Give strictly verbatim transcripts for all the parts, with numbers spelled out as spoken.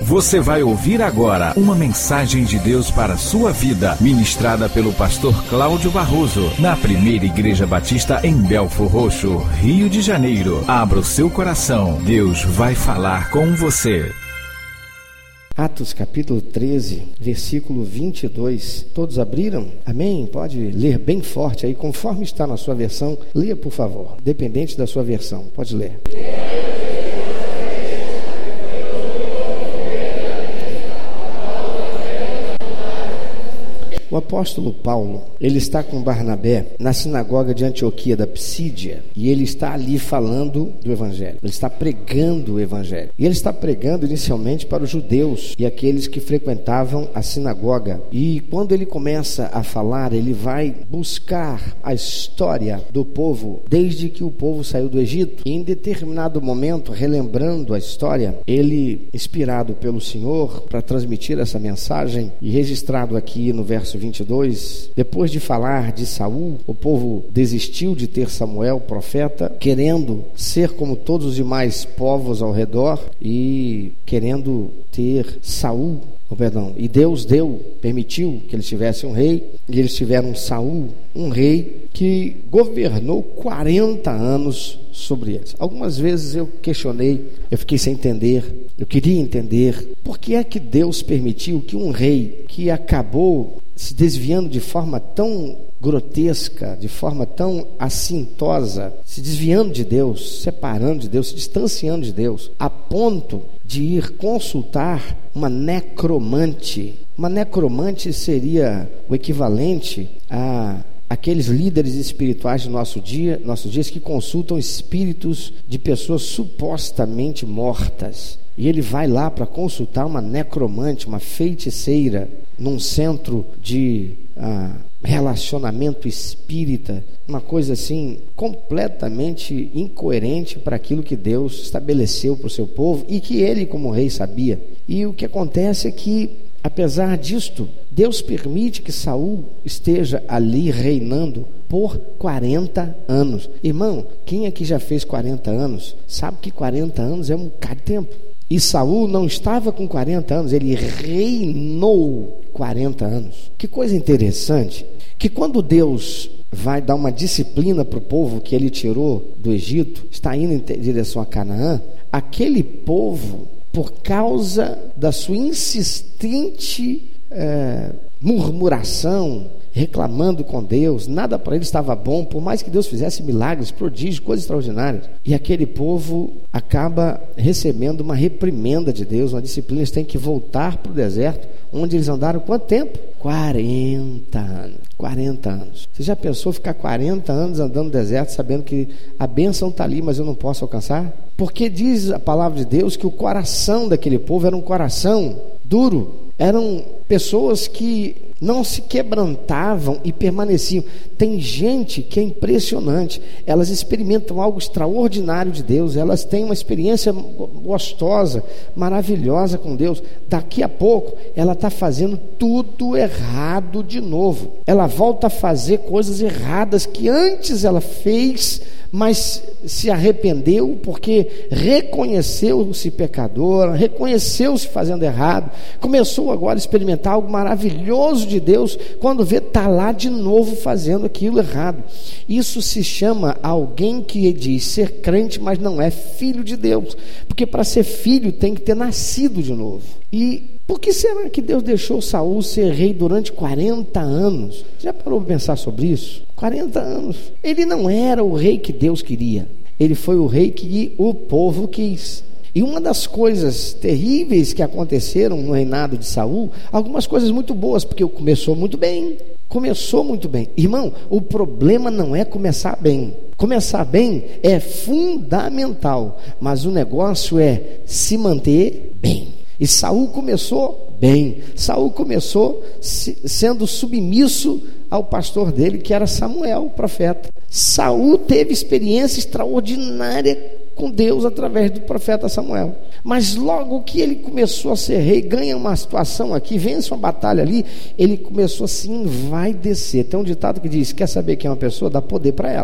Você vai ouvir agora uma mensagem de Deus para a sua vida, ministrada pelo pastor Cláudio Barroso, na Primeira Igreja Batista em Belford Roxo, Rio de Janeiro. Abra o seu coração, Deus vai falar com você. Atos capítulo treze, versículo vinte e dois. Todos abriram? Amém? Pode ler bem forte aí, conforme está na sua versão. Leia, por favor, dependente da sua versão. Pode ler. O apóstolo Paulo, ele está com Barnabé na sinagoga de Antioquia da Psídia, e ele está ali falando do evangelho, ele está pregando o evangelho, e ele está pregando inicialmente para os judeus e aqueles que frequentavam a sinagoga. E quando ele começa a falar, ele vai buscar a história do povo desde que o povo saiu do Egito, e em determinado momento, relembrando a história, ele, inspirado pelo Senhor para transmitir essa mensagem, e registrado aqui no verso vinte e dois, depois de falar de Saul, o povo desistiu de ter Samuel, profeta, querendo ser como todos os demais povos ao redor e querendo ter Saul, oh, perdão, e Deus deu, permitiu que eles tivessem um rei, e eles tiveram Saul, um rei que governou quarenta anos sobre eles. Algumas vezes eu questionei, eu fiquei sem entender, eu queria entender por que é que Deus permitiu que um rei que acabou se desviando de forma tão grotesca, de forma tão assintosa, se desviando de Deus, separando de Deus, se distanciando de Deus, a ponto de ir consultar uma necromante. Uma necromante seria o equivalente a aqueles líderes espirituais do nosso dia, nossos dias, que consultam espíritos de pessoas supostamente mortas. E ele vai lá para consultar uma necromante, uma feiticeira, num centro de ah, relacionamento espírita, uma coisa assim completamente incoerente para aquilo que Deus estabeleceu para o seu povo e que ele, como rei, sabia. E o que acontece é que, apesar disto, Deus permite que Saul esteja ali reinando por quarenta anos. Irmão, quem aqui já fez quarenta anos sabe que quarenta anos é um bocado de tempo. E Saul não estava com quarenta anos, ele reinou quarenta anos. Que coisa interessante, que quando Deus vai dar uma disciplina para o povo que ele tirou do Egito, está indo em direção a Canaã, aquele povo, por causa da sua insistente é, murmuração, reclamando com Deus, nada para ele estava bom, por mais que Deus fizesse milagres, prodígios, coisas extraordinárias, e aquele povo acaba recebendo uma reprimenda de Deus, uma disciplina. Eles têm que voltar para o deserto, onde eles andaram quanto tempo? quarenta anos. quarenta anos. Você já pensou ficar quarenta anos andando no deserto, sabendo que a bênção está ali, mas eu não posso alcançar? Porque diz a palavra de Deus que o coração daquele povo era um coração duro, eram pessoas que não se quebrantavam e permaneciam. Tem gente que é impressionante, elas experimentam algo extraordinário de Deus, elas têm uma experiência gostosa, maravilhosa com Deus. Daqui a pouco ela está fazendo tudo errado de novo, ela volta a fazer coisas erradas que antes ela fez, mas se arrependeu porque reconheceu-se pecadora, reconheceu-se fazendo errado, começou agora a experimentar algo maravilhoso de Deus, quando vê, está lá de novo fazendo aquilo errado. Isso se chama alguém que diz ser crente, mas não é filho de Deus, porque para ser filho tem que ter nascido de novo. E por que será que Deus deixou Saul ser rei durante quarenta anos? Já parou para pensar sobre isso? quarenta anos. Ele não era o rei que Deus queria, ele foi o rei que o povo quis. E uma das coisas terríveis que aconteceram no reinado de Saul, algumas coisas muito boas, porque começou muito bem, começou muito bem. Irmão, o problema não é começar bem. Começar bem é fundamental, mas o negócio é se manter bem. E Saul começou bem. Saul começou se, sendo submisso ao pastor dele, que era Samuel, o profeta. Saul teve experiência extraordinária com Deus através do profeta Samuel, mas logo que ele começou a ser rei, ganha uma situação aqui, vence uma batalha ali, ele começou assim, vai descer. Tem um ditado que diz: quer saber quem é uma pessoa? Dá poder para ela.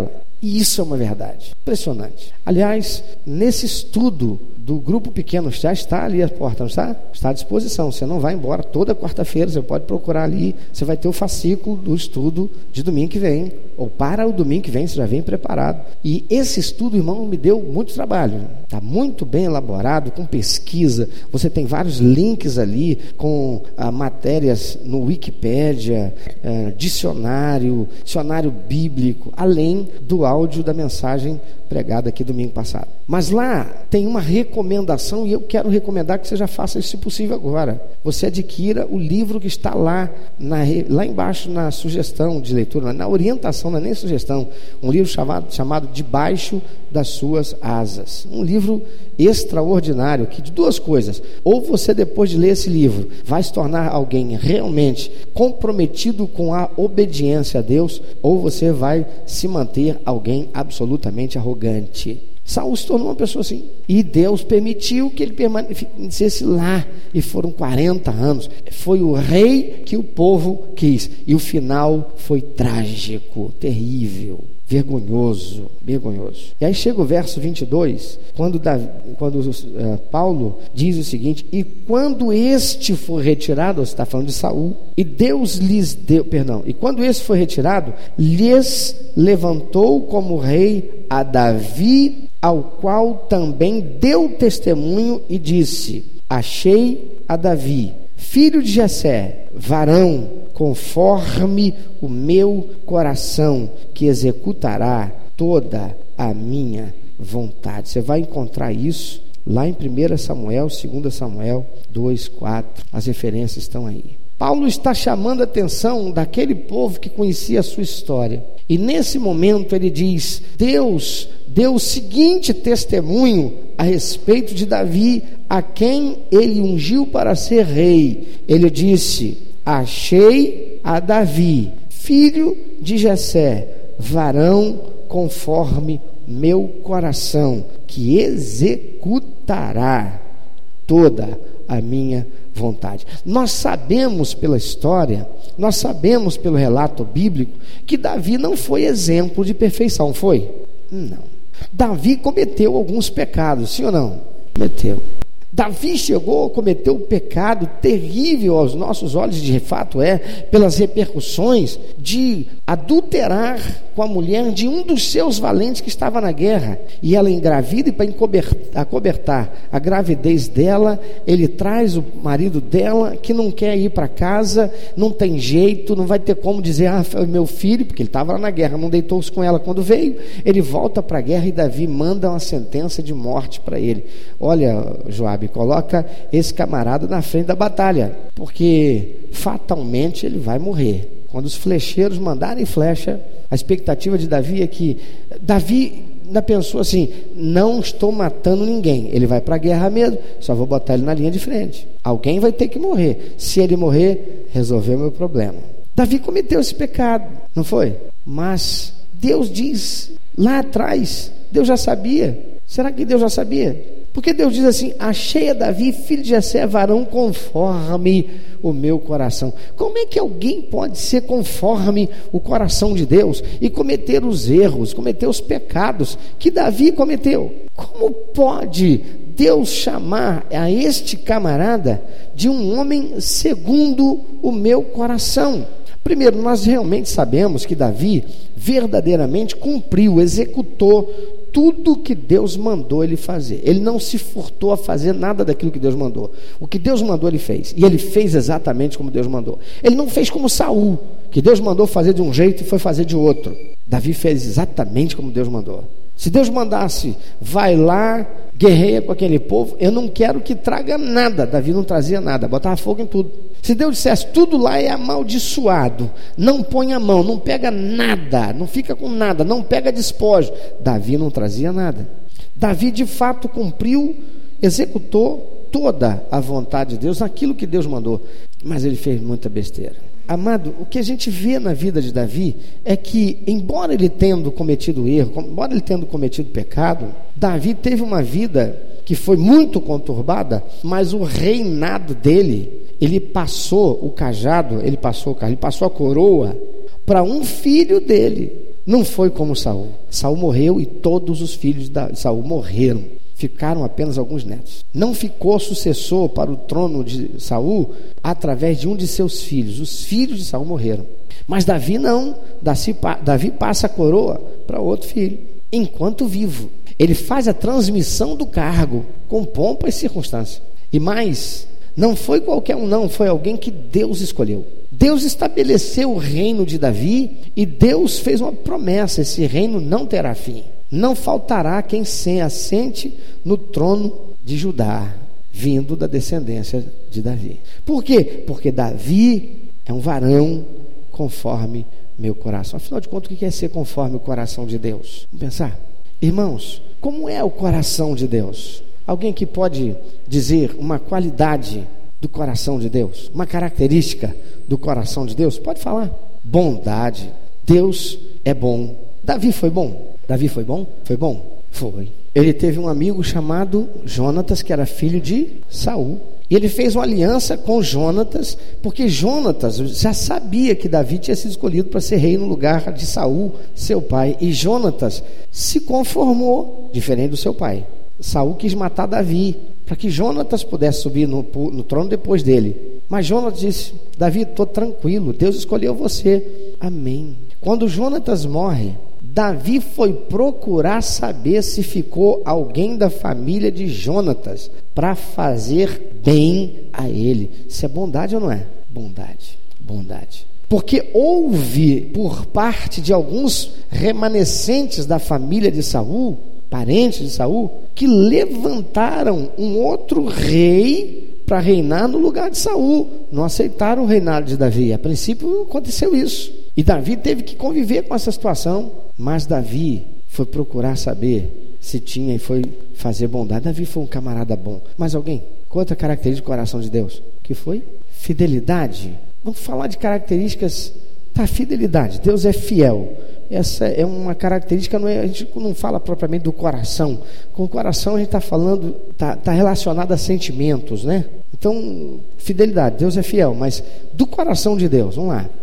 E isso é uma verdade impressionante. Aliás, nesse estudo do grupo pequeno, já está ali a porta, não está? Está à disposição, você não vai embora. Toda quarta-feira você pode procurar ali, você vai ter o fascículo do estudo de domingo que vem, ou para o domingo que vem, você já vem preparado. E esse estudo, irmão, me deu muito trabalho, está muito bem elaborado, com pesquisa, você tem vários links ali, com ah, matérias no Wikipédia, ah, dicionário, dicionário bíblico, além do áudio da mensagem pregada aqui domingo passado. Mas lá tem uma recomendação, e eu quero recomendar que você já faça isso, se possível, agora. Você adquira o livro que está lá, na, lá embaixo na sugestão de leitura, na orientação, não é nem sugestão, um livro chamado, chamado Debaixo das Suas Asas. Um livro extraordinário, que de duas coisas: ou você, depois de ler esse livro, vai se tornar alguém realmente comprometido com a obediência a Deus, ou você vai se manter alguém absolutamente arrogante. Saul se tornou uma pessoa assim, e Deus permitiu que ele permanecesse lá, e foram quarenta anos. Foi o rei que o povo quis, e o final foi trágico, terrível, vergonhoso, vergonhoso. E aí chega o verso vinte e dois, quando, Davi, quando uh, Paulo diz o seguinte: e quando este for retirado, você está falando de Saul, e Deus lhes deu, perdão, e quando este foi retirado, lhes levantou como rei a Davi, ao qual também deu testemunho e disse: achei a Davi, filho de Jessé, varão conforme o meu coração, que executará toda a minha vontade. Você vai encontrar isso lá em primeiro Samuel, dois Samuel dois, quatro, as referências estão aí. Paulo está chamando a atenção daquele povo que conhecia a sua história, e nesse momento ele diz: Deus deu o seguinte testemunho a respeito de Davi, a quem ele ungiu para ser rei. Ele disse: achei a Davi, filho de Jessé, varão conforme meu coração, que executará toda a minha vontade. Nós sabemos pela história, nós sabemos pelo relato bíblico, que Davi não foi exemplo de perfeição, foi? Não. Davi cometeu alguns pecados, sim ou não? Cometeu. Davi chegou a cometer um pecado terrível aos nossos olhos, de fato é, pelas repercussões de adulterar com a mulher de um dos seus valentes que estava na guerra, e ela engravida, e para acobertar a gravidez dela, ele traz o marido dela, que não quer ir para casa, não tem jeito, não vai ter como dizer: ah, foi meu filho, porque ele estava lá na guerra, não deitou-se com ela quando veio. Ele volta para a guerra, e Davi manda uma sentença de morte para ele. Olha, Joabe, coloca esse camarada na frente da batalha, porque fatalmente ele vai morrer. Quando os flecheiros mandarem flecha, a expectativa de Davi é que Davi ainda pensou assim: não estou matando ninguém, ele vai para a guerra mesmo, só vou botar ele na linha de frente, alguém vai ter que morrer, se ele morrer, resolveu o meu problema. Davi cometeu esse pecado, não foi? Mas Deus diz lá atrás, Deus já sabia. Será que Deus já sabia? Porque Deus diz assim: achei a Davi, filho de Jessé, varão conforme o meu coração. Como é que alguém pode ser conforme o coração de Deus e cometer os erros, cometer os pecados que Davi cometeu? Como pode Deus chamar a este camarada de um homem segundo o meu coração? Primeiro, nós realmente sabemos que Davi verdadeiramente cumpriu, executou tudo que Deus mandou ele fazer. Ele não se furtou a fazer nada daquilo que Deus mandou. O que Deus mandou ele fez, e ele fez exatamente como Deus mandou. Ele não fez como Saul, que Deus mandou fazer de um jeito e foi fazer de outro. Davi fez exatamente como Deus mandou. Se Deus mandasse: vai lá, guerreia com aquele povo, eu não quero que traga nada. Davi não trazia nada, botava fogo em tudo. Se Deus dissesse: tudo lá é amaldiçoado, não põe a mão, não pega nada, não fica com nada, não pega despojo, Davi não trazia nada. Davi de fato cumpriu, executou toda a vontade de Deus, naquilo que Deus mandou, mas ele fez muita besteira. Amado, o que a gente vê na vida de Davi é que, embora ele tendo cometido erro, embora ele tendo cometido pecado, Davi teve uma vida que foi muito conturbada, mas o reinado dele, ele passou o cajado, ele passou o cajado, ele passou a coroa para um filho dele. não foi como Saul. Saul morreu e todos os filhos de Saul morreram. Ficaram apenas alguns netos. Não ficou sucessor para o trono de Saul através de um de seus filhos. Os filhos de Saul morreram. Mas Davi não. Davi passa a coroa para outro filho, enquanto vivo. Ele faz a transmissão do cargo com pompa e circunstância. E mais, não foi qualquer um não, foi alguém que Deus escolheu. Deus estabeleceu o reino de Davi e Deus fez uma promessa: esse reino não terá fim. Não faltará quem se assente no trono de Judá, vindo da descendência de Davi. Por quê? Porque Davi é um varão conforme meu coração. Afinal de contas, o que é ser conforme o coração de Deus? Vamos pensar. Irmãos, como é o coração de Deus? Alguém que pode dizer uma qualidade do coração de Deus? Uma característica do coração de Deus? Pode falar. Bondade. Deus é bom. Davi foi bom? Davi foi bom? Foi bom? Foi. Ele teve um amigo chamado Jonatas, que era filho de Saul. E ele fez uma aliança com Jonatas, porque Jonatas já sabia que Davi tinha sido escolhido para ser rei no lugar de Saul, seu pai. E Jonatas se conformou, diferente do seu pai. Saul quis matar Davi, para que Jonatas pudesse subir no, no trono depois dele. Mas Jonatas disse: Davi, estou tranquilo, Deus escolheu você. Amém. Quando Jonatas morre, Davi foi procurar saber se ficou alguém da família de Jonatas para fazer bem a ele. Isso é bondade ou não é? Bondade, bondade. Porque houve por parte de alguns remanescentes da família de Saul, parentes de Saul, que levantaram um outro rei para reinar no lugar de Saul. Não aceitaram o reinado de Davi. A princípio aconteceu isso. E Davi teve que conviver com essa situação. Mas Davi foi procurar saber se tinha e foi fazer bondade. Davi foi um camarada bom. Mas alguém? Qual outra característica do coração de Deus? Que foi? Fidelidade. Vamos falar de características. Tá, fidelidade. Deus é fiel. Essa é uma característica, não é, a gente não fala propriamente do coração. Com o coração a gente está falando, está tá relacionado a sentimentos, né? Então, fidelidade, Deus é fiel, mas do coração de Deus, vamos lá.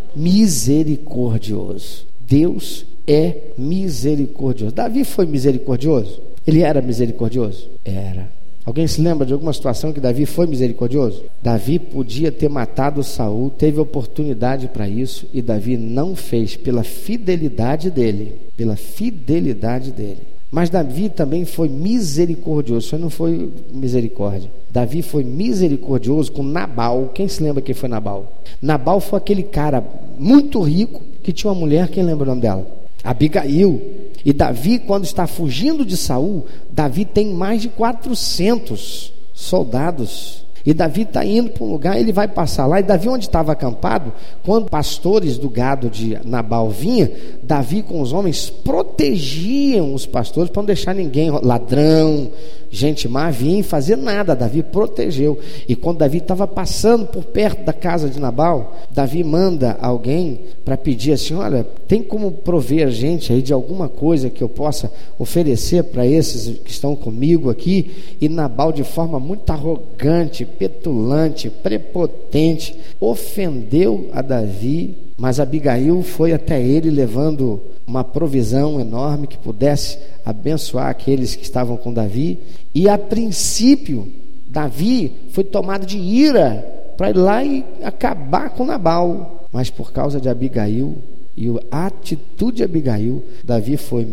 Misericordioso. Deus é misericordioso. Davi foi misericordioso? Ele era misericordioso? Era. Alguém se lembra de alguma situação que Davi foi misericordioso? Davi podia ter matado Saul, teve oportunidade para isso, e Davi não fez, pela fidelidade dele, pela fidelidade dele. Mas Davi também foi misericordioso, só não foi misericórdia. Davi foi misericordioso com Nabal. Quem se lembra quem foi Nabal? Nabal foi aquele cara muito rico que tinha uma mulher, quem lembra o nome dela? Abigail. E Davi, quando está fugindo de Saul, Davi tem mais de quatrocentos soldados. E Davi está indo para um lugar, ele vai passar lá. E Davi, onde estava acampado, quando pastores do gado de Nabal vinham, Davi com os homens protegiam os pastores para não deixar ninguém, ladrão, gente má, vir e fazer nada. Davi protegeu. E quando Davi estava passando por perto da casa de Nabal, Davi manda alguém para pedir assim: olha, tem como prover a gente aí de alguma coisa que eu possa oferecer para esses que estão comigo aqui? E Nabal, de forma muito arrogante, petulante, prepotente, ofendeu a Davi. Mas Abigail foi até ele levando uma provisão enorme que pudesse abençoar aqueles que estavam com Davi. E a princípio Davi foi tomado de ira para ir lá e acabar com Nabal, mas por causa de Abigail e a atitude de Abigail, Davi foi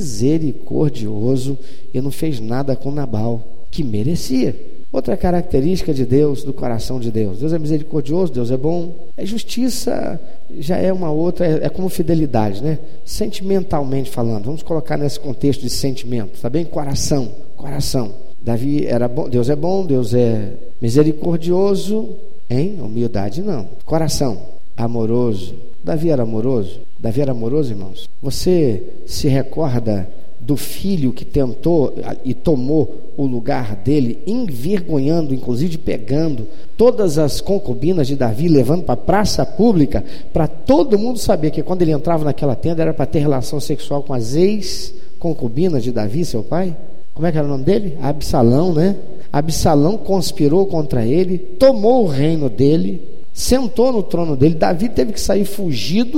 misericordioso e não fez nada com Nabal, que merecia. Outra característica de Deus, do coração de Deus: Deus é misericordioso, Deus é bom. É justiça, já é uma outra, é, é como fidelidade, né? Sentimentalmente falando, vamos colocar nesse contexto de sentimento, tá bem? Coração, coração. Davi era bom, Deus é bom, Deus é misericordioso, em humildade não. Coração, amoroso. Davi era amoroso? Davi era amoroso, irmãos? Você se recorda do filho que tentou e tomou o lugar dele, envergonhando, inclusive pegando todas as concubinas de Davi, levando para a praça pública, para todo mundo saber que quando ele entrava naquela tenda era para ter relação sexual com as ex-concubinas de Davi, seu pai? Como é que era o nome dele? Absalão, né? Absalão conspirou contra ele, tomou o reino dele, sentou no trono dele. Davi teve que sair fugido,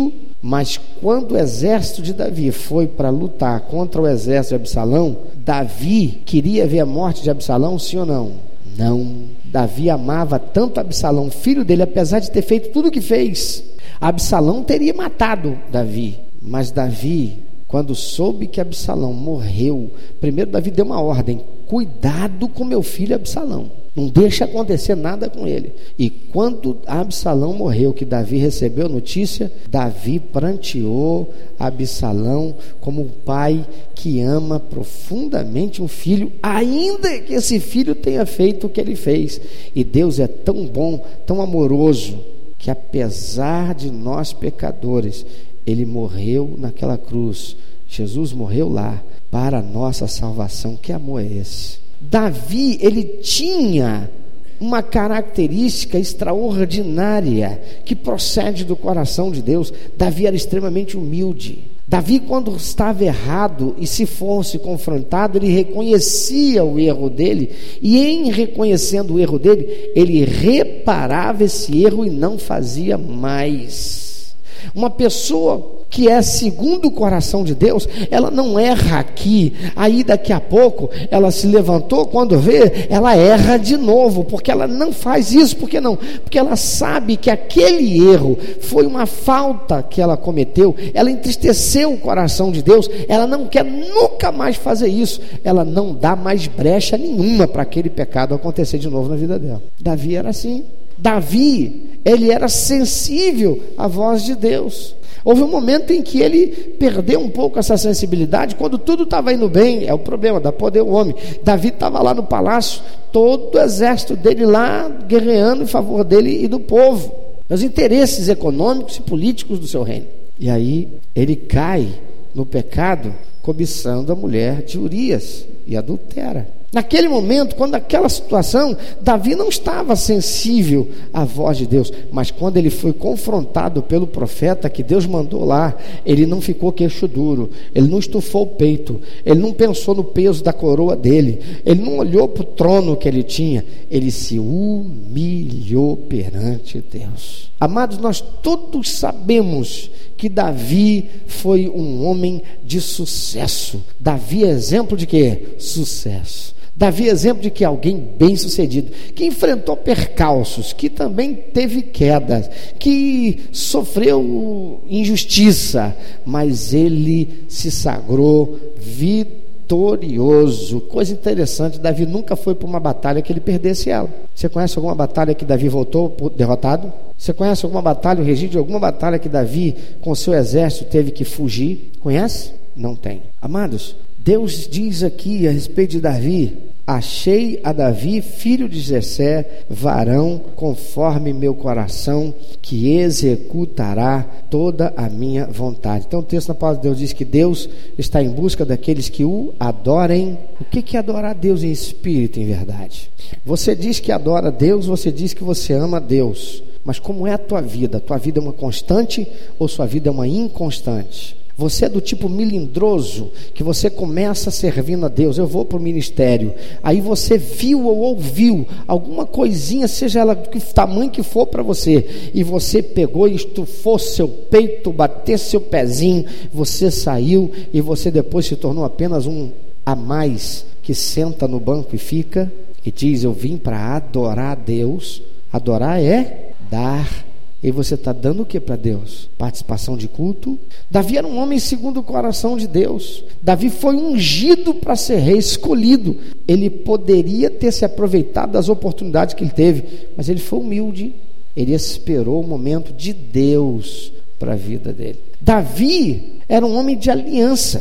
Mas quando o exército de Davi foi para lutar contra o exército de Absalão, Davi queria ver a morte de Absalão, sim ou não? Não. Davi amava tanto Absalão, filho dele, apesar de ter feito tudo o que fez. Absalão teria matado Davi, mas Davi, quando soube que Absalão morreu, primeiro Davi deu uma ordem: cuidado com meu filho Absalão, não deixa acontecer nada com ele. E quando Absalão morreu, que Davi recebeu notícia, Davi pranteou Absalão como um pai que ama profundamente um filho, ainda que esse filho tenha feito o que ele fez. E Deus é tão bom, tão amoroso, que apesar de nós pecadores, Ele morreu naquela cruz. Jesus morreu lá para a nossa salvação. Que amor é esse? Davi, ele tinha uma característica extraordinária que procede do coração de Deus. Davi era extremamente humilde. Davi, quando estava errado e se fosse confrontado, ele reconhecia o erro dele, e em reconhecendo o erro dele, ele reparava esse erro e não fazia mais. Uma pessoa que é segundo o coração de Deus, ela não erra aqui, aí daqui a pouco ela se levantou, quando vê, ela erra de novo, porque ela não faz isso. Por que não? Porque ela sabe que aquele erro foi uma falta que ela cometeu, ela entristeceu o coração de Deus, ela não quer nunca mais fazer isso, ela não dá mais brecha nenhuma para aquele pecado acontecer de novo na vida dela. Davi era assim. Davi, ele era sensível à voz de Deus. Houve um momento em que ele perdeu um pouco essa sensibilidade, quando tudo estava indo bem. É o problema, dá poder ao homem. Davi estava lá no palácio, todo o exército dele lá guerreando em favor dele e do povo, os interesses econômicos e políticos do seu reino. E aí ele cai no pecado, cobiçando a mulher de Urias, e adultera. Naquele momento, quando aquela situação, Davi não estava sensível à voz de Deus, mas quando ele foi confrontado pelo profeta que Deus mandou lá, ele não ficou queixo duro, ele não estufou o peito, ele não pensou no peso da coroa dele, ele não olhou para o trono que ele tinha, ele se humilhou perante Deus. Amados, nós todos sabemos que Davi foi um homem de sucesso. Davi é exemplo de quê? Sucesso. Davi é exemplo de que alguém bem sucedido, que enfrentou percalços, que também teve quedas, que sofreu injustiça, mas ele se sagrou vitorioso. Coisa interessante, Davi nunca foi para uma batalha que ele perdesse ela. Você conhece alguma batalha que Davi voltou derrotado? Você conhece alguma batalha, o registro de alguma batalha que Davi com seu exército teve que fugir? Conhece? Não tem. Amados, Deus diz aqui a respeito de Davi: achei a Davi, filho de Jessé, varão conforme meu coração, que executará toda a minha vontade. Então o texto da palavra de Deus diz que Deus está em busca daqueles que o adorem. O que é adorar a Deus em espírito, em verdade? Você diz que adora a Deus, você diz que você ama a Deus, mas como é a tua vida? A tua vida é uma constante ou sua vida é uma inconstante? Você é do tipo melindroso, que você começa servindo a Deus. Eu vou para o ministério, aí você viu ou ouviu alguma coisinha, seja ela do tamanho que for para você, e você pegou e estufou seu peito, bateu seu pezinho, você saiu e você depois se tornou apenas um a mais, que senta no banco e fica e diz: eu vim para adorar a Deus. Adorar é dar. E você está dando o que para Deus? Participação de culto? Davi era um homem segundo o coração de Deus. Davi foi ungido para ser rei, escolhido. Ele poderia ter se aproveitado das oportunidades que ele teve, mas ele foi humilde. Ele esperou o momento de Deus para a vida dele. Davi era um homem de aliança,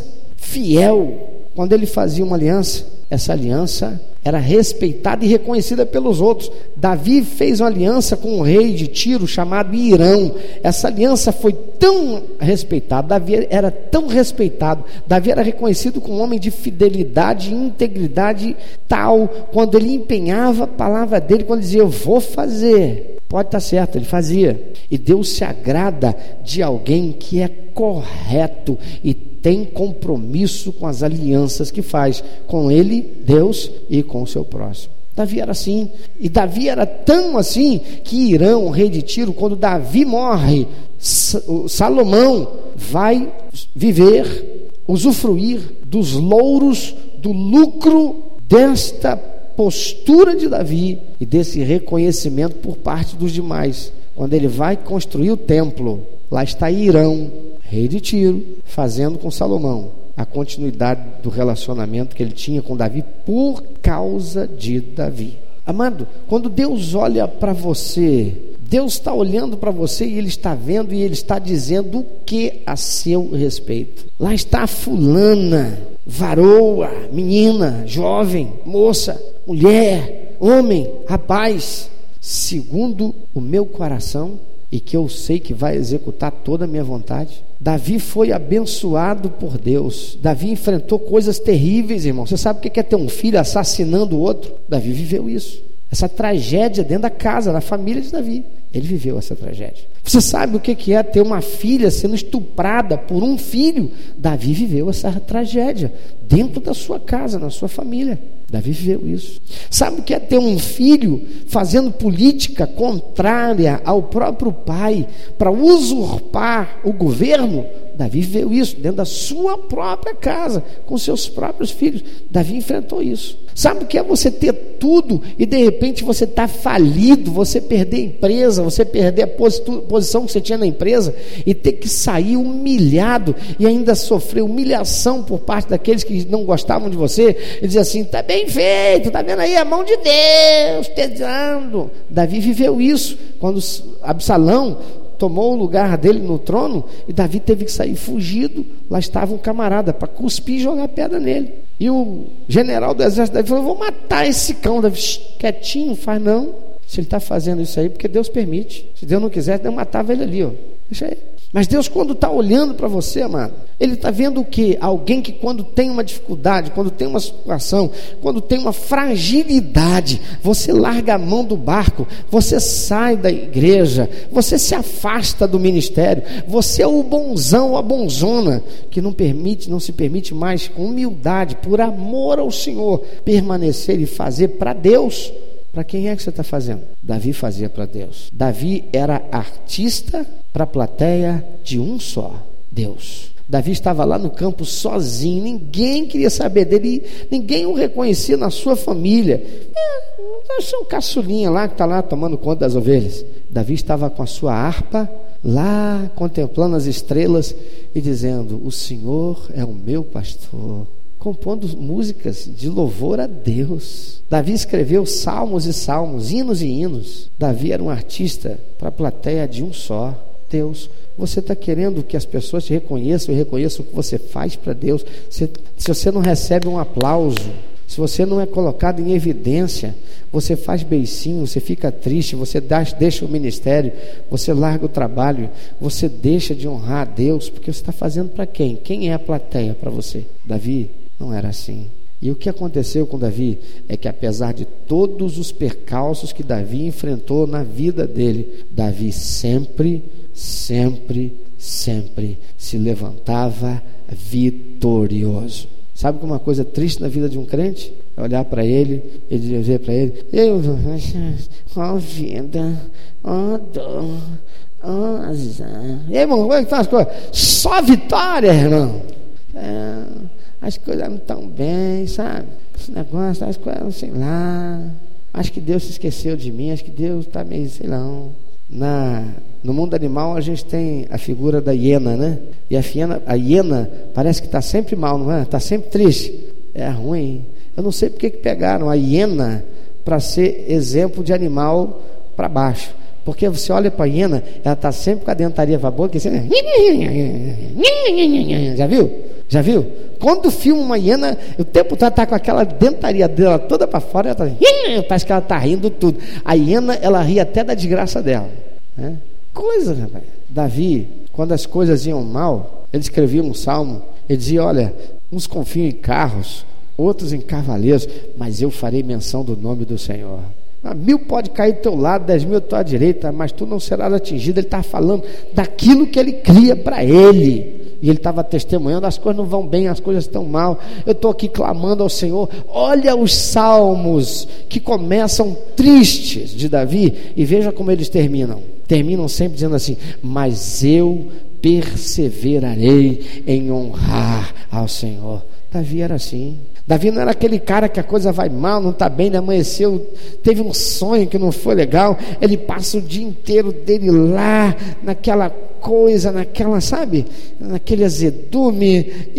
fiel. Quando ele fazia uma aliança, essa aliança era respeitada e reconhecida pelos outros. Davi fez uma aliança com um rei de Tiro chamado Irão. Essa aliança foi tão respeitada, Davi era tão respeitado, Davi era reconhecido como um homem de fidelidade e integridade tal, quando ele empenhava a palavra dele, quando ele dizia: eu vou fazer, pode estar certo, ele fazia. E Deus se agrada de alguém que é correto e tem compromisso com as alianças que faz com ele, Deus, e com o seu próximo. Davi era assim, e Davi era tão assim, que Irão, rei de Tiro, quando Davi morre, Salomão vai viver, usufruir dos louros, do lucro desta postura de Davi e desse reconhecimento por parte dos demais. Quando ele vai construir o templo, lá está Irão, rei de Tiro, fazendo com Salomão a continuidade do relacionamento que ele tinha com Davi por causa de Davi. Amado, quando Deus olha para você, Deus está olhando para você e Ele está vendo e Ele está dizendo o que a seu respeito. Lá está a fulana, varoa, menina, jovem, moça, mulher, homem, rapaz, segundo o meu coração, e que eu sei que vai executar toda a minha vontade. Davi foi abençoado por Deus. Davi enfrentou coisas terríveis, irmão. Você sabe o que é ter um filho assassinando o outro? Davi viveu isso. Essa tragédia dentro da casa, da família de Davi. Ele viveu essa tragédia. Você sabe o que é ter uma filha sendo estuprada por um filho? Davi viveu essa tragédia dentro da sua casa, na sua família. Davi viveu isso. Sabe o que é ter um filho fazendo política contrária ao próprio pai para usurpar o governo? Davi viveu isso dentro da sua própria casa, com seus próprios filhos. Davi enfrentou isso. Sabe o que é você ter tudo e de repente você está falido, você perder a empresa, você perder a posição que você tinha na empresa e ter que sair humilhado e ainda sofrer humilhação por parte daqueles que não gostavam de você e dizer assim, está bem feito, está vendo aí a mão de Deus pesando. Davi viveu isso quando Absalão tomou o lugar dele no trono e Davi teve que sair fugido. Lá estava um camarada para cuspir e jogar pedra nele. E o general do exército Davi falou, vou matar esse cão. Davi, quietinho, faz não. Se ele está fazendo isso aí, porque Deus permite. Se Deus não quiser, Deus matava ele ali, ó. Deixa aí. Mas Deus, quando está olhando para você, amado, Ele está vendo o quê? Alguém que quando tem uma dificuldade, quando tem uma situação, quando tem uma fragilidade, você larga a mão do barco, você sai da igreja, você se afasta do ministério, você é o bonzão, a bonzona, que não permite, não se permite mais, com humildade, por amor ao Senhor, permanecer e fazer para Deus. Para quem é que você está fazendo? Davi fazia para Deus. Davi era artista para a plateia de um só, Deus. Davi estava lá no campo sozinho, ninguém queria saber dele, ninguém o reconhecia na sua família. É, é um caçulinha lá que está lá tomando conta das ovelhas. Davi estava com a sua harpa lá, contemplando as estrelas e dizendo, o Senhor é o meu pastor, compondo músicas de louvor a Deus. Davi escreveu salmos e salmos, hinos e hinos. Davi era um artista para a plateia de um só, Deus. Você está querendo que as pessoas te reconheçam e reconheçam o que você faz para Deus. Se, se você não recebe um aplauso, se você não é colocado em evidência, você faz beicinho, você fica triste, você dá, deixa o ministério, você larga o trabalho, você deixa de honrar a Deus, porque você está fazendo para quem? Quem é a plateia para você? Davi não era assim. E o que aconteceu com Davi é que, apesar de todos os percalços que Davi enfrentou na vida dele, Davi sempre, sempre, sempre se levantava vitorioso. Sabe que uma coisa triste na vida de um crente? É olhar para ele e dizer para ele, eu, ó vida, ó dor, ó azar. E aí, irmão, como é que estão as coisas? Só vitória, irmão. É, as coisas não estão bem, sabe? Esse negócio, as coisas, sei lá. Acho que Deus se esqueceu de mim, acho que Deus está meio, sei lá. Na, no mundo animal a gente tem a figura da hiena, né? E a, fiena, a hiena parece que está sempre mal, não é? Está sempre triste. É ruim. Eu não sei porque que pegaram a hiena para ser exemplo de animal para baixo. Porque você olha para a hiena, ela está sempre com a dentaria para a boca. Você... Já viu? Já viu? Quando filma uma hiena, o tempo todo está com aquela dentaria dela toda para fora, ela tá... parece que ela está rindo tudo. A hiena, ela ri até da desgraça dela, né? Coisa, rapaz. Davi, quando as coisas iam mal, ele escrevia um salmo, ele dizia, olha, uns confiam em carros, outros em cavaleiros, mas eu farei menção do nome do Senhor. Ah, mil pode cair do teu lado, dez mil à tua direita, mas tu não serás atingido. Ele está falando daquilo que ele cria para ele. e ele estava testemunhando: as coisas não vão bem, as coisas estão mal, eu estou aqui clamando ao Senhor. Olha os salmos que começam tristes de Davi, e veja como eles terminam. Terminam sempre dizendo assim: mas eu perseverarei em honrar ao Senhor. Davi era assim. Davi não era aquele cara que a coisa vai mal, não está bem, ele amanheceu, teve um sonho que não foi legal, ele passa o dia inteiro dele lá, naquela coisa, naquela, sabe, naquele azedume,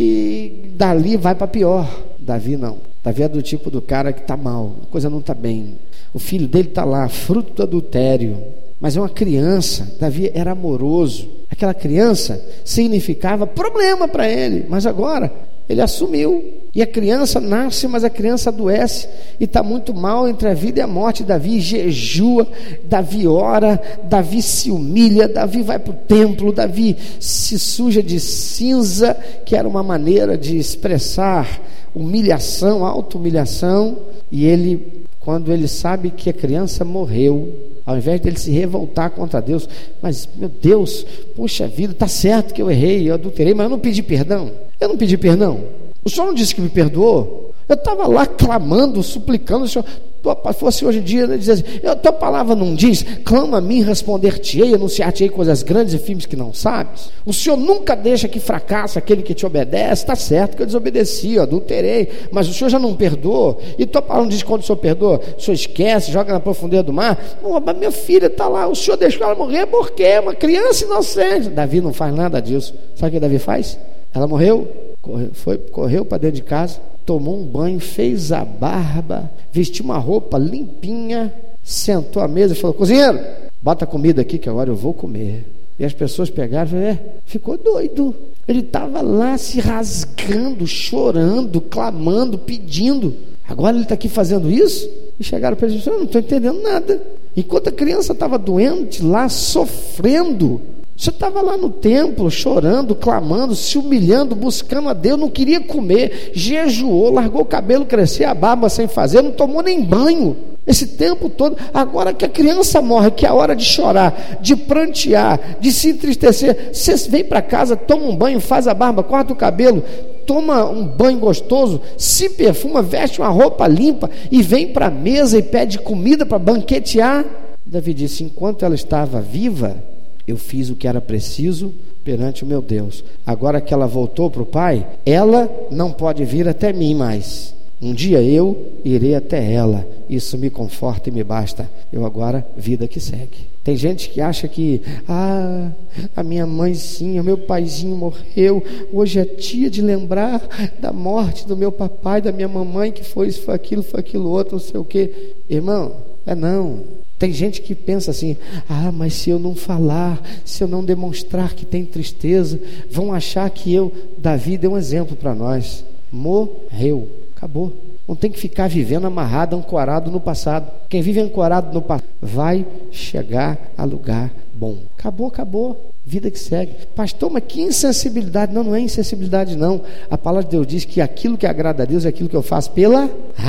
e dali vai para pior. Davi não. Davi é do tipo do cara que está mal, a coisa não está bem, o filho dele está lá, fruto do adultério, mas é uma criança. Davi era amoroso. Aquela criança significava problema para ele, mas agora ele assumiu. E a criança nasce, mas a criança adoece e está muito mal entre a vida e a morte. Davi jejua, Davi ora, Davi se humilha, Davi vai para o templo, Davi se suja de cinza, que era uma maneira de expressar humilhação, auto-humilhação. E ele, quando ele sabe que a criança morreu, ao invés de ele se revoltar contra Deus, mas meu Deus, poxa vida, está certo que eu errei, eu adulterei, mas eu não pedi perdão. Eu não pedi perdão. O Senhor não disse que me perdoou? Eu estava lá clamando, suplicando. O Senhor, fosse hoje em dia, né, dizer assim: a tua palavra não diz, clama a mim, responder-te-ei, anunciar-te-ei coisas grandes e firmes que não sabes? O Senhor nunca deixa que fracasse aquele que te obedece. Está certo que eu desobedeci, eu adulterei, mas o Senhor já não perdoou. E tua palavra não diz quando o Senhor perdoa, o Senhor esquece, joga na profundeza do mar. Oh, mas minha filha está lá, o Senhor deixou ela morrer porque é uma criança inocente. Davi não faz nada disso. Sabe o que Davi faz? Ela morreu, correu, foi, correu para dentro de casa, tomou um banho, fez a barba, vestiu uma roupa limpinha, sentou à mesa e falou: cozinheiro, bota a comida aqui que agora eu vou comer. E as pessoas pegaram e falaram: é, ficou doido. Ele estava lá se rasgando, chorando, clamando, pedindo. Agora ele está aqui fazendo isso? E chegaram para ele e disseram: eu não estou entendendo nada. Enquanto a criança estava doente lá, sofrendo, você estava lá no templo, chorando, clamando, se humilhando, buscando a Deus, não queria comer, jejuou, largou o cabelo crescer, a barba sem fazer, não tomou nem banho esse tempo todo. Agora que a criança morre, que é a hora de chorar, de prantear, de se entristecer, você vem para casa, toma um banho, faz a barba, corta o cabelo, toma um banho gostoso, se perfuma, veste uma roupa limpa e vem para a mesa e pede comida para banquetear. Davi disse: enquanto ela estava viva, eu fiz o que era preciso perante o meu Deus. Agora que ela voltou para o Pai, ela não pode vir até mim mais. Um dia eu irei até ela. Isso me conforta e me basta. Eu agora, vida que segue. Tem gente que acha que, ah, a minha mãezinha, o meu paizinho morreu, hoje é dia de lembrar da morte do meu papai, da minha mamãe, que foi isso, foi aquilo, foi aquilo outro, não sei o quê. Irmão, é não. Tem gente que pensa assim: ah, mas se eu não falar, se eu não demonstrar que tem tristeza, vão achar que eu... Davi deu um exemplo para nós. Morreu, acabou. Não tem que ficar vivendo amarrado, ancorado no passado. Quem vive ancorado no passado vai chegar a lugar bom. Acabou, acabou. Vida que segue. Pastor, mas que insensibilidade. Não, não é insensibilidade não. A palavra de Deus diz que aquilo que agrada a Deus é aquilo que eu faço pela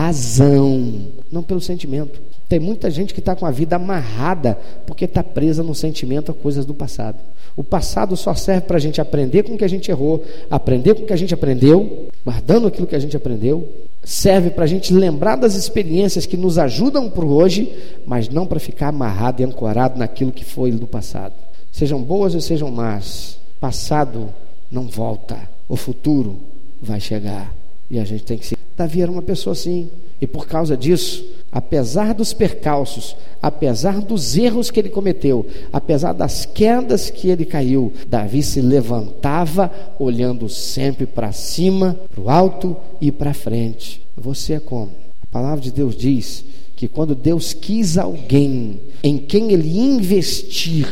razão, não pelo sentimento. Tem muita gente que está com a vida amarrada porque está presa no sentimento a coisas do passado. O passado só serve para a gente aprender com o que a gente errou, aprender com o que a gente aprendeu, guardando aquilo que a gente aprendeu. Serve para a gente lembrar das experiências que nos ajudam para o hoje, mas não para ficar amarrado e ancorado naquilo que foi do passado. Sejam boas ou sejam más, passado não volta, o futuro vai chegar e a gente tem que se... Davi era uma pessoa assim, e por causa disso, apesar dos percalços, apesar dos erros que ele cometeu, apesar das quedas que ele caiu, Davi se levantava olhando sempre para cima, para o alto e para frente. Você é como? A palavra de Deus diz que quando Deus quis alguém em quem ele investir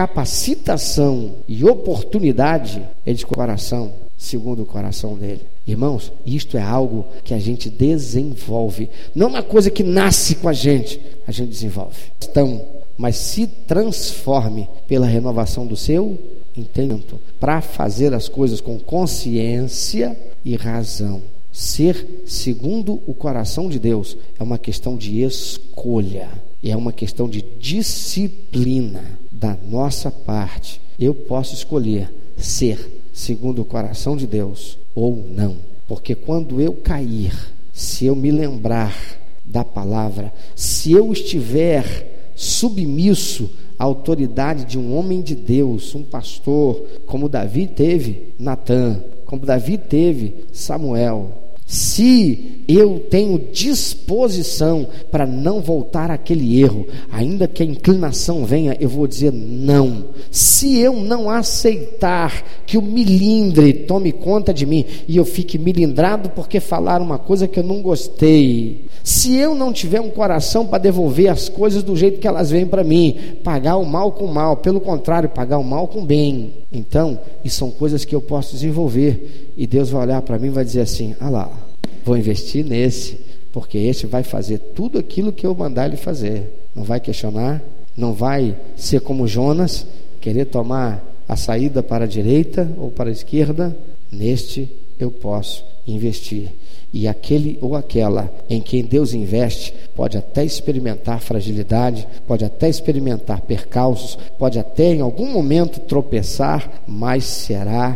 capacitação e oportunidade, ele de coração, segundo o coração dele. Irmãos, isto é algo que a gente desenvolve, não é uma coisa que nasce com a gente, a gente desenvolve. Então, mas se transforme pela renovação do seu entendimento, para fazer as coisas com consciência e razão. Ser segundo o coração de Deus é uma questão de escolha, e é uma questão de disciplina da nossa parte. Eu posso escolher ser segundo o coração de Deus ou não. Porque quando eu cair, se eu me lembrar da palavra, se eu estiver submisso à autoridade de um homem de Deus, um pastor, como Davi teve Natã, como Davi teve Samuel, se eu tenho disposição para não voltar àquele erro, ainda que a inclinação venha, eu vou dizer não. Se eu não aceitar que o milindre tome conta de mim e eu fique milindrado porque falaram uma coisa que eu não gostei, se eu não tiver um coração para devolver as coisas do jeito que elas vêm para mim, pagar o mal com o mal, pelo contrário, pagar o mal com o bem, então, isso são coisas que eu posso desenvolver, e Deus vai olhar para mim e vai dizer assim: ah lá, vou investir nesse, porque esse vai fazer tudo aquilo que eu mandar ele fazer. Não vai questionar, não vai ser como Jonas, querer tomar a saída para a direita ou para a esquerda. Neste eu posso investir. E aquele ou aquela em quem Deus investe pode até experimentar fragilidade, pode até experimentar percalços, pode até em algum momento tropeçar, mas será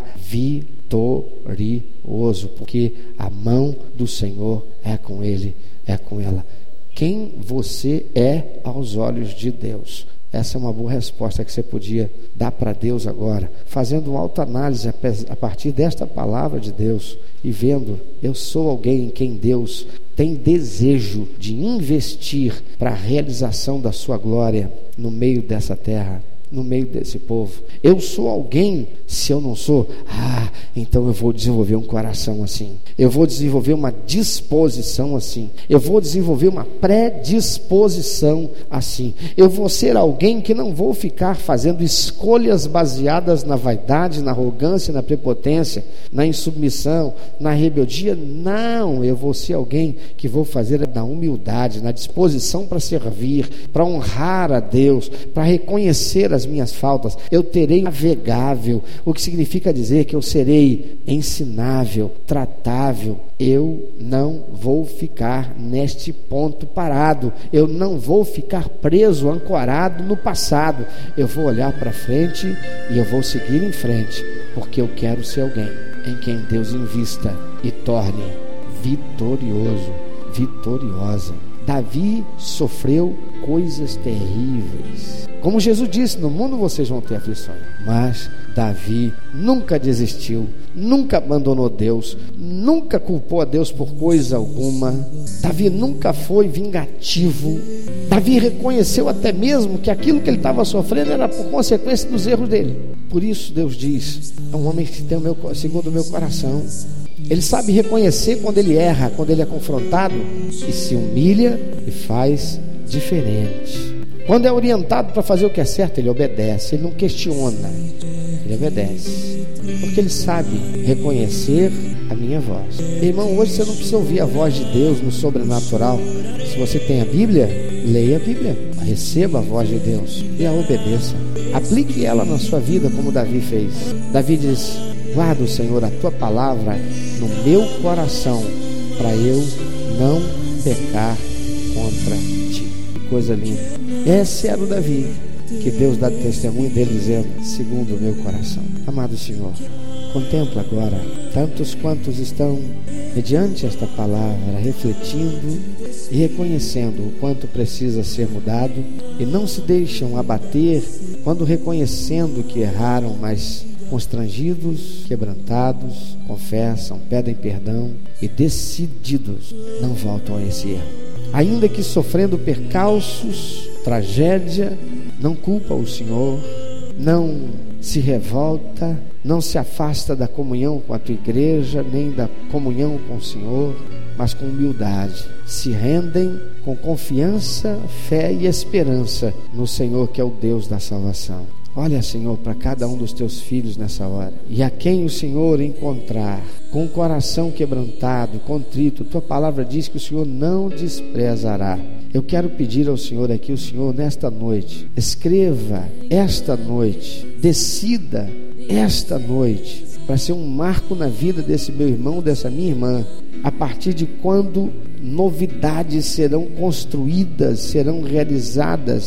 vitorioso, porque a mão do Senhor é com ele, é com ela. Quem você é aos olhos de Deus? Essa é uma boa resposta que você podia dar para Deus agora, fazendo uma autoanálise a partir desta palavra de Deus e vendo: eu sou alguém em quem Deus tem desejo de investir para a realização da sua glória no meio dessa terra, no meio desse povo. Eu sou alguém, se eu não sou, ah, então eu vou desenvolver um coração assim, eu vou desenvolver uma disposição assim, eu vou desenvolver uma predisposição assim, eu vou ser alguém que não vou ficar fazendo escolhas baseadas na vaidade, na arrogância, na prepotência, na insubmissão, na rebeldia. Não, eu vou ser alguém que vou fazer na humildade, na disposição para servir, para honrar a Deus, para reconhecer as minhas faltas. Eu terei navegável, o que significa dizer que eu serei ensinável, tratável. Eu não vou ficar neste ponto parado, eu não vou ficar preso, ancorado no passado. Eu vou olhar para frente e eu vou seguir em frente, porque eu quero ser alguém em quem Deus invista e torne vitorioso, vitoriosa. Davi sofreu coisas terríveis. Como Jesus disse, no mundo vocês vão ter aflições, mas Davi nunca desistiu, nunca abandonou Deus, nunca culpou a Deus por coisa alguma. Davi nunca foi vingativo. Davi reconheceu até mesmo que aquilo que ele estava sofrendo era por consequência dos erros dele. Por isso Deus diz: é um homem que tem o meu, segundo o meu coração. Ele sabe reconhecer quando ele erra, quando ele é confrontado, e se humilha e faz diferente. Quando é orientado para fazer o que é certo, ele obedece, ele não questiona, ele obedece, porque ele sabe reconhecer a minha voz. Irmão, hoje você não precisa ouvir a voz de Deus no sobrenatural. Se você tem a Bíblia, leia a Bíblia, receba a voz de Deus e a obedeça. Aplique ela na sua vida como Davi fez. Davi diz: guarda, o Senhor, a tua palavra no meu coração, para eu não pecar contra ti. Que coisa linda. Esse era o Davi, que Deus dá testemunho dele dizendo: segundo o meu coração. Amado Senhor, contempla agora tantos quantos estão mediante esta palavra, refletindo e reconhecendo o quanto precisa ser mudado, e não se deixam abater quando reconhecendo que erraram, mas constrangidos, quebrantados, confessam, pedem perdão e decididos não voltam a esse erro. Ainda que sofrendo percalços, tragédia, não culpa o Senhor, não se revolta, não se afasta da comunhão com a tua igreja, nem da comunhão com o Senhor, mas com humildade se rendem com confiança, fé e esperança no Senhor, que é o Deus da salvação. Olha, Senhor, para cada um dos teus filhos nessa hora, e a quem o Senhor encontrar com o coração quebrantado, contrito, tua palavra diz que o Senhor não desprezará. Eu quero pedir ao Senhor aqui, o Senhor, nesta noite, escreva esta noite, decida esta noite, para ser um marco na vida desse meu irmão, dessa minha irmã, a partir de quando novidades serão construídas, serão realizadas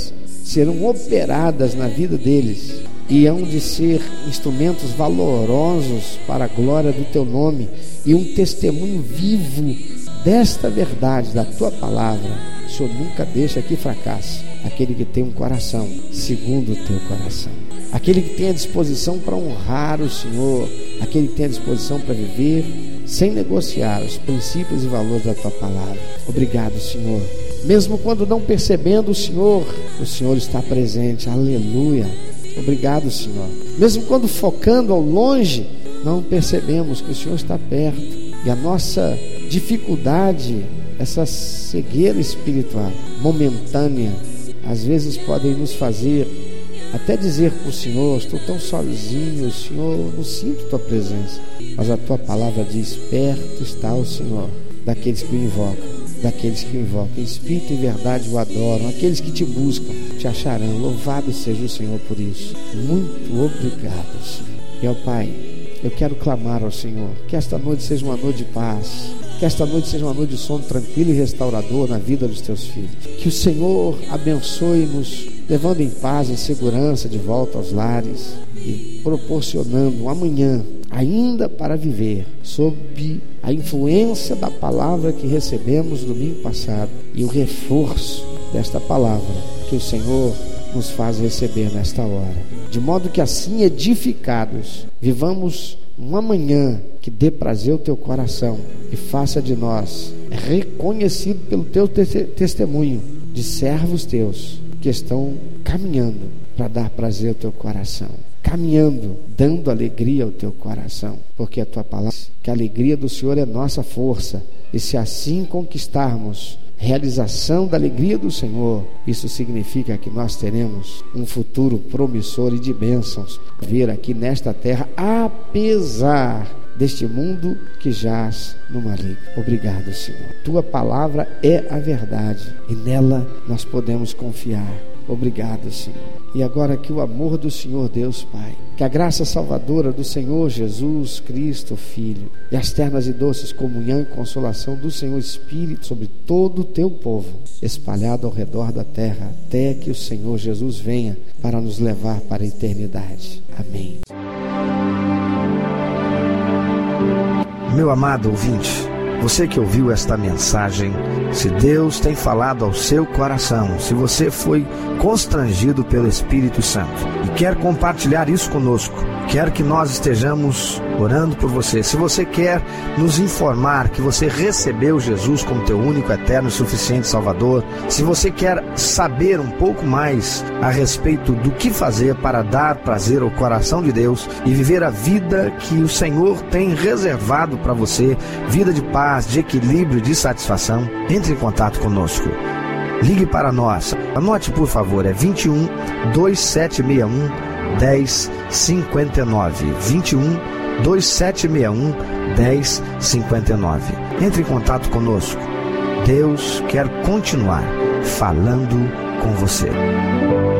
serão operadas na vida deles e hão de ser instrumentos valorosos para a glória do teu nome e um testemunho vivo desta verdade, da tua palavra. O Senhor nunca deixa que fracasse aquele que tem um coração segundo o teu coração, aquele que tem a disposição para honrar o Senhor, aquele que tem a disposição para viver sem negociar os princípios e valores da tua palavra. Obrigado, Senhor. Mesmo quando não percebendo o Senhor, o Senhor está presente. Aleluia. Obrigado, Senhor. Mesmo quando focando ao longe, não percebemos que o Senhor está perto. E a nossa dificuldade, essa cegueira espiritual momentânea, às vezes podem nos fazer até dizer para o Senhor: estou tão sozinho, Senhor, não sinto tua presença. Mas a tua palavra diz: perto está o Senhor daqueles que o invocam, daqueles que o invocam em espírito e verdade o adoram. Aqueles que te buscam te acharão. Louvado seja o Senhor por isso. Muito obrigado, Senhor. E ó Pai, eu quero clamar ao Senhor que esta noite seja uma noite de paz, que esta noite seja uma noite de sono tranquilo e restaurador na vida dos teus filhos. Que o Senhor abençoe-nos, levando em paz, em segurança de volta aos lares e proporcionando um amanhã ainda para viver sob a influência da palavra que recebemos domingo passado e o reforço desta palavra que o Senhor nos faz receber nesta hora, de modo que assim edificados vivamos um amanhã que dê prazer ao teu coração e faça de nós reconhecido pelo teu te- testemunho de servos teus que estão caminhando para dar prazer ao teu coração, caminhando, dando alegria ao teu coração, porque a tua palavra diz que a alegria do Senhor é nossa força, e se assim conquistarmos realização da alegria do Senhor, isso significa que nós teremos um futuro promissor e de bênçãos vir aqui nesta terra, apesar deste mundo que jaz no maligno. Obrigado, Senhor. Tua palavra é a verdade e nela nós podemos confiar. Obrigado, Senhor. E agora que o amor do Senhor Deus Pai, que a graça salvadora do Senhor Jesus Cristo Filho e as ternas e doces comunhão e consolação do Senhor Espírito sobre todo o teu povo espalhado ao redor da terra, até que o Senhor Jesus venha para nos levar para a eternidade. Amém. Meu amado ouvinte, você que ouviu esta mensagem, se Deus tem falado ao seu coração, se você foi constrangido pelo Espírito Santo e quer compartilhar isso conosco, quer que nós estejamos orando por você, se você quer nos informar que você recebeu Jesus como teu único, eterno e suficiente Salvador, se você quer saber um pouco mais a respeito do que fazer para dar prazer ao coração de Deus e viver a vida que o Senhor tem reservado para você, vida de paz, de equilíbrio, de satisfação, entre em contato conosco. Ligue para nós. Anote, por favor, é vinte e um, dois sete seis um, dez cinquenta e nove. vinte e um, dois sete seis um, dez cinquenta e nove. Entre em contato conosco. Deus quer continuar falando com você.